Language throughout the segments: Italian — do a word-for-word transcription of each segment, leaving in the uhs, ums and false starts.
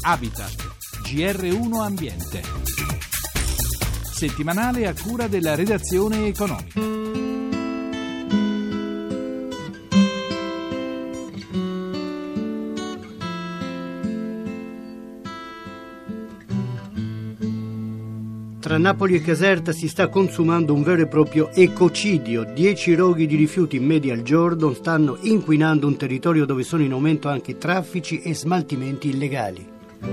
Habitat, G R uno Ambiente. Settimanale a cura della redazione economica. Tra Napoli e Caserta si sta consumando un vero e proprio ecocidio. Dieci roghi di rifiuti in media al giorno stanno inquinando un territorio dove sono in aumento anche traffici e smaltimenti illegali.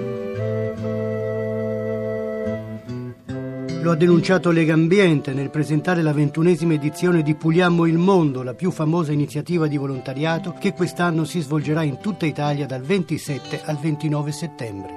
Lo ha denunciato Legambiente nel presentare la ventunesima edizione di Puliamo il Mondo, la più famosa iniziativa di volontariato che quest'anno si svolgerà in tutta Italia dal ventisette al ventinove settembre.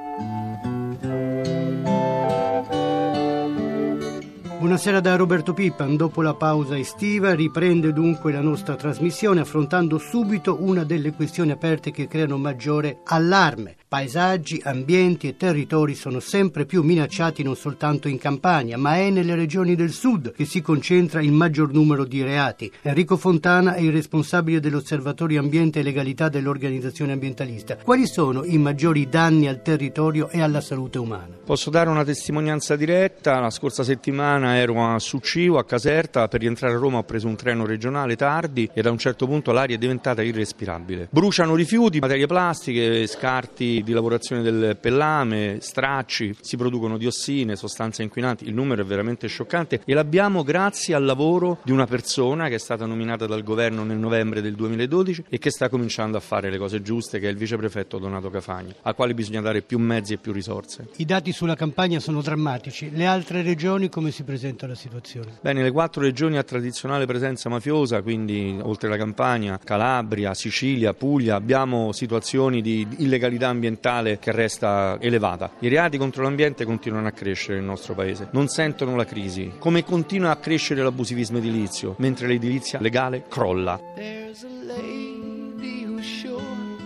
Buonasera da Roberto Pippan. Dopo la pausa estiva riprende dunque la nostra trasmissione affrontando subito una delle questioni aperte che creano maggiore allarme. Paesaggi, ambienti e territori sono sempre più minacciati non soltanto in Campania, ma è nelle regioni del sud che si concentra il maggior numero di reati. Enrico Fontana è il responsabile dell'Osservatorio Ambiente e Legalità dell'organizzazione ambientalista. Quali sono i maggiori danni al territorio e alla salute umana? Posso dare una testimonianza diretta. La scorsa settimana ero a Succivo, a Caserta. Per rientrare a Roma ho preso un treno regionale tardi e da un certo punto l'aria è diventata irrespirabile. Bruciano rifiuti, materie plastiche, scarti di lavorazione del pellame, stracci, si producono diossine, sostanze inquinanti. Il numero è veramente scioccante e l'abbiamo grazie al lavoro di una persona che è stata nominata dal governo nel novembre del duemiladodici e che sta cominciando a fare le cose giuste, che è il viceprefetto Donato Cafagni, al quale bisogna dare più mezzi e più risorse. I dati sulla Campania sono drammatici. Le altre regioni come si presenta la situazione? Bene, le quattro regioni a tradizionale presenza mafiosa, quindi oltre la Campania, Calabria, Sicilia, Puglia, abbiamo situazioni di illegalità ambientale che resta elevata. I reati contro l'ambiente continuano a crescere nel nostro paese, non sentono la crisi, come continua a crescere l'abusivismo edilizio, mentre l'edilizia legale crolla. There's a lady who's sure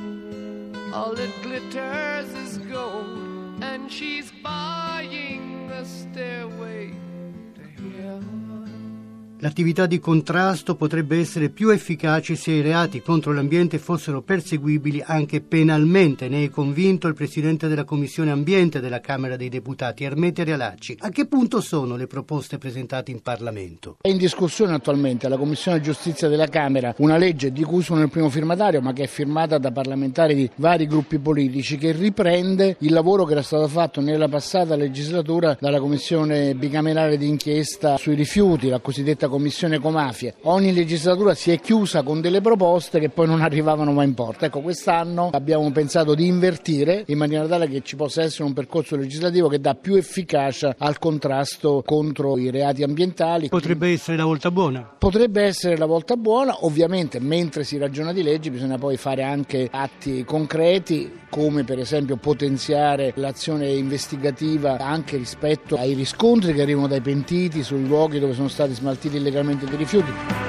all that glitters is gold and she's buying the stairway to heaven. L'attività di contrasto potrebbe essere più efficace se i reati contro l'ambiente fossero perseguibili anche penalmente, ne è convinto il presidente della Commissione Ambiente della Camera dei Deputati, Ermete Realacci. A che punto sono le proposte presentate in Parlamento? È in discussione attualmente alla Commissione Giustizia della Camera una legge di cui sono il primo firmatario, ma che è firmata da parlamentari di vari gruppi politici, che riprende il lavoro che era stato fatto nella passata legislatura dalla Commissione bicamerale d'inchiesta sui rifiuti, la cosiddetta Commissione Ecomafie. Ogni legislatura si è chiusa con delle proposte che poi non arrivavano mai in porto. Ecco, quest'anno abbiamo pensato di invertire in maniera tale che ci possa essere un percorso legislativo che dà più efficacia al contrasto contro i reati ambientali. Potrebbe essere la volta buona? Potrebbe essere la volta buona. Ovviamente, mentre si ragiona di leggi, bisogna poi fare anche atti concreti, come per esempio potenziare l'azione investigativa anche rispetto ai riscontri che arrivano dai pentiti sui luoghi dove sono stati smaltiti illegalmente dei rifiuti.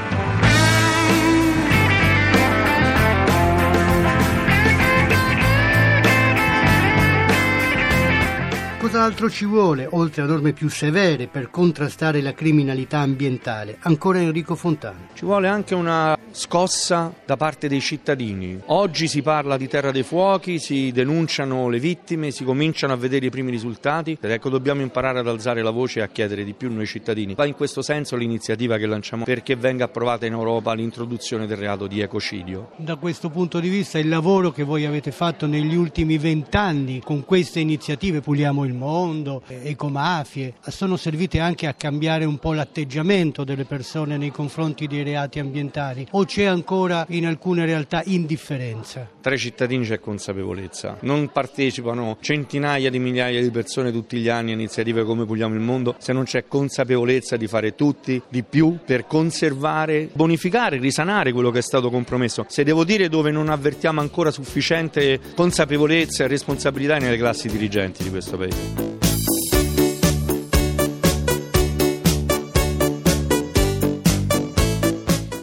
Cos'altro ci vuole, oltre a norme più severe, per contrastare la criminalità ambientale? Ancora Enrico Fontana. Ci vuole anche una scossa da parte dei cittadini. Oggi si parla di Terra dei Fuochi, si denunciano le vittime, si cominciano a vedere i primi risultati. Ed ecco, dobbiamo imparare ad alzare la voce e a chiedere di più noi cittadini. Va in questo senso l'iniziativa che lanciamo perché venga approvata in Europa l'introduzione del reato di ecocidio. Da questo punto di vista il lavoro che voi avete fatto negli ultimi vent'anni con queste iniziative, Puliamo il Mondo, Ecomafie, sono servite anche a cambiare un po' l'atteggiamento delle persone nei confronti dei reati ambientali, o c'è ancora in alcune realtà indifferenza? Tra i cittadini c'è consapevolezza, non partecipano centinaia di migliaia di persone tutti gli anni a iniziative come Puliamo il Mondo se non c'è consapevolezza di fare tutti di più per conservare, bonificare, risanare quello che è stato compromesso. Se devo dire dove non avvertiamo ancora sufficiente consapevolezza e responsabilità nelle classi dirigenti di questo paese.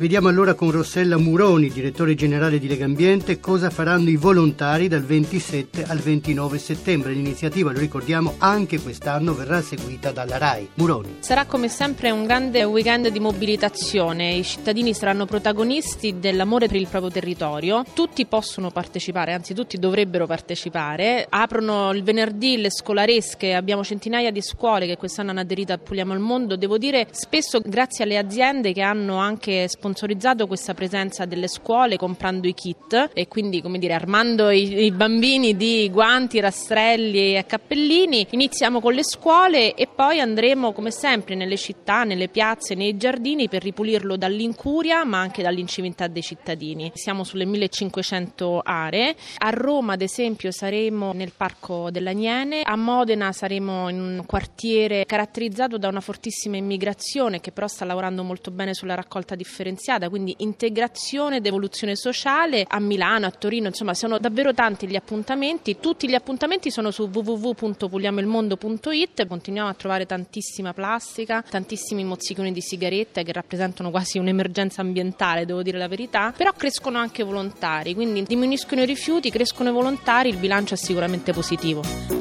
Vediamo allora con Rossella Muroni, direttore generale di Legambiente, cosa faranno i volontari dal ventisette al ventinove settembre. L'iniziativa, lo ricordiamo, anche quest'anno verrà seguita dalla RAI. Muroni. Sarà come sempre un grande weekend di mobilitazione. I cittadini saranno protagonisti dell'amore per il proprio territorio. Tutti possono partecipare, anzi tutti dovrebbero partecipare. Aprono il venerdì le scolaresche, abbiamo centinaia di scuole che quest'anno hanno aderito a Puliamo il Mondo. Devo dire spesso grazie alle aziende che hanno anche sponsorizzato questa presenza delle scuole comprando i kit e quindi, come dire, armando i, i bambini di guanti, rastrelli e cappellini. Iniziamo con le scuole e poi andremo come sempre nelle città, nelle piazze, nei giardini per ripulirlo dall'incuria ma anche dall'inciviltà dei cittadini. Siamo sulle millecinquecento aree. A Roma ad esempio saremo nel Parco dell'Aniene, a Modena saremo in un quartiere caratterizzato da una fortissima immigrazione che però sta lavorando molto bene sulla raccolta differenziata, quindi integrazione ed evoluzione sociale. A Milano, a Torino, insomma sono davvero tanti gli appuntamenti. Tutti gli appuntamenti sono su w w w punto puliamo il mondo punto i t. Continuiamo a trovare tantissima plastica, tantissimi mozziconi di sigarette che rappresentano quasi un'emergenza ambientale, devo dire la verità, però crescono anche volontari, quindi diminuiscono i rifiuti, crescono i volontari, il bilancio è sicuramente positivo.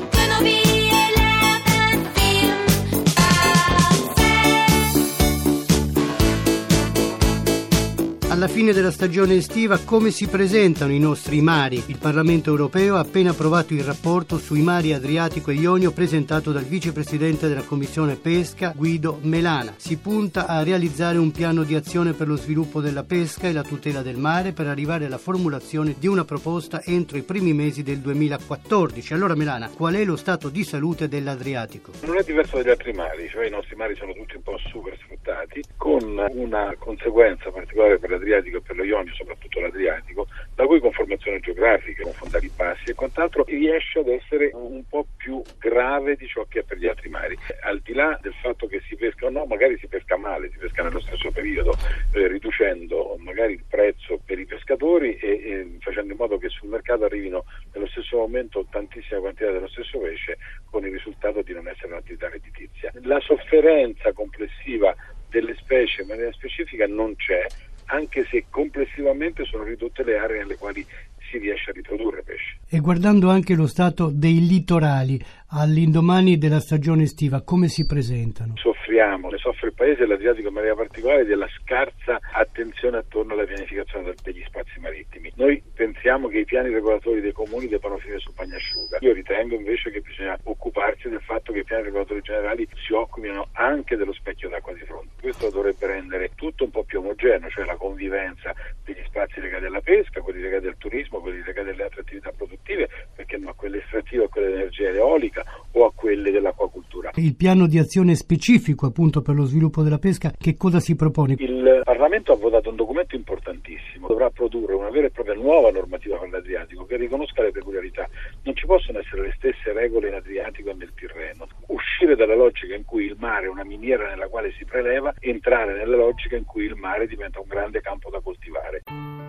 Alla fine della stagione estiva, come si presentano i nostri mari? Il Parlamento europeo ha appena approvato il rapporto sui mari Adriatico e Ionio presentato dal vicepresidente della Commissione Pesca Guido Melana. Si punta a realizzare un piano di azione per lo sviluppo della pesca e la tutela del mare per arrivare alla formulazione di una proposta entro i primi mesi del duemilaquattordici. Allora Melana, qual è lo stato di salute dell'Adriatico? Non è diverso dagli altri mari, cioè i nostri mari sono tutti un po' super sfruttati, con una conseguenza particolare per l'Adriatico e per lo Ionio, soprattutto l'Adriatico, la cui conformazione geografica, con fondali bassi e quant'altro, riesce ad essere un po' più grave di ciò che è per gli altri mari. Al di là del fatto che si pesca o no, magari si pesca male, si pesca nello stesso periodo, eh, riducendo magari il prezzo per i pescatori e, e facendo in modo che sul mercato arrivino nello stesso momento tantissime quantità dello stesso pesce, con il risultato di non essere un'attività redditizia. La sofferenza complessiva delle specie in maniera specifica non c'è, anche se complessivamente sono ridotte le aree nelle quali si riesce a riprodurre pesce. E guardando anche lo stato dei litorali, all'indomani della stagione estiva, come si presentano? Soffriamo, ne soffre il Paese e l'Adriatico in maniera particolare, della scarsa attenzione attorno alla pianificazione degli spazi marittimi. Noi pensiamo che i piani regolatori dei comuni debbano finire sul bagnasciuga. Io ritengo invece che bisogna occuparsi del fatto che i piani regolatori generali si occupino anche dello specchio d'acqua di fronte. Questo dovrebbe rendere tutto un po' più omogeneo, cioè la convivenza degli spazi legati alla pesca, quelli legati al turismo, quelli legati alle altre attività produttive, perché no, a quelle estrattive, a quelle dell'energia eolica o a quelle dell'acquacultura. Il piano di azione specifico appunto per lo sviluppo della pesca, che cosa si propone? Il Parlamento ha votato un documento importantissimo, dovrà produrre una vera e propria nuova normativa per l'Adriatico che riconosca le peculiarità. Non ci possono essere le stesse regole in Adriatico e nel Tirreno. Uscire dalla logica in cui il mare è una miniera nella quale si preleva, entrare nella logica in cui il mare diventa un grande campo da coltivare.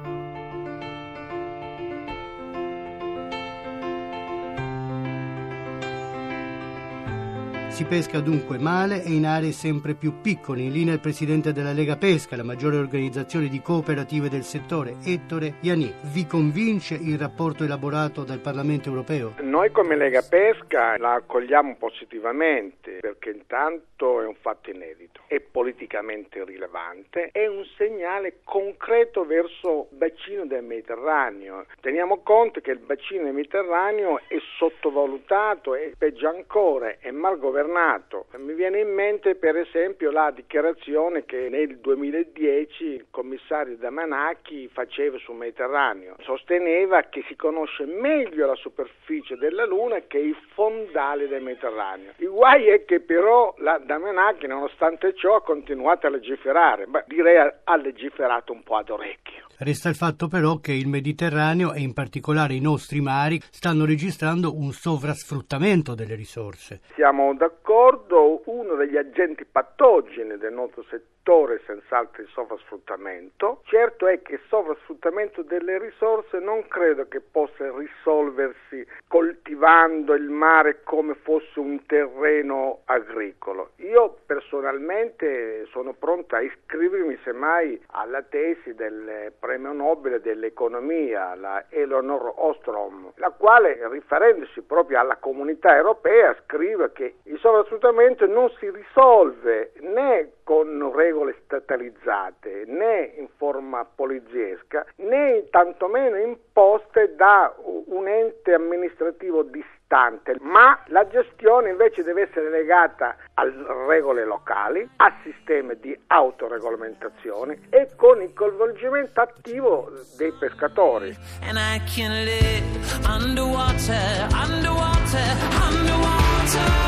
Si pesca dunque male e in aree sempre più piccole. In linea il presidente della Lega Pesca, la maggiore organizzazione di cooperative del settore, Ettore Ianni. Vi convince il rapporto elaborato dal Parlamento europeo? Noi come Lega Pesca la accogliamo positivamente perché intanto è un fatto inedito, è politicamente rilevante, è un segnale concreto verso il bacino del Mediterraneo. Teniamo conto che il bacino del Mediterraneo è sottovalutato e peggio ancora è mal governato. Mi viene in mente per esempio la dichiarazione che nel duemiladieci il commissario Damanaki faceva sul Mediterraneo. Sosteneva che si conosce meglio la superficie della Luna che i fondali del Mediterraneo. Il guai è che però la Damanaki nonostante ciò ha continuato a legiferare. Beh, direi ha legiferato un po' ad orecchio. Resta il fatto però che il Mediterraneo e in particolare i nostri mari stanno registrando un sovrasfruttamento delle risorse. Siamo d'accordo d'accordo, uno degli agenti patogeni del nostro settore è senz'altro il sovrasfruttamento. Certo è che il sovrasfruttamento delle risorse non credo che possa risolversi coltivando il mare come fosse un terreno agricolo. Io personalmente sono pronta a iscrivermi semmai alla tesi del premio Nobel dell'economia, la Elinor Ostrom, la quale, riferendosi proprio alla comunità europea, scrive che il sovrasfruttamento non si risolve né con regole statalizzate, né in forma poliziesca, né tantomeno imposte da un ente amministrativo distante, ma la gestione invece deve essere legata a regole locali, a sistemi di autoregolamentazione e con il coinvolgimento attivo dei pescatori. And I can live underwater, underwater, underwater.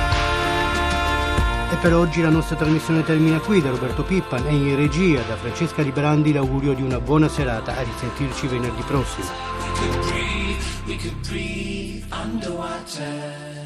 E per oggi la nostra trasmissione termina qui. Da Roberto Pippan e in regia da Francesca Librandi l'augurio di una buona serata. A risentirci venerdì prossimo. We could breathe, we could breathe underwater.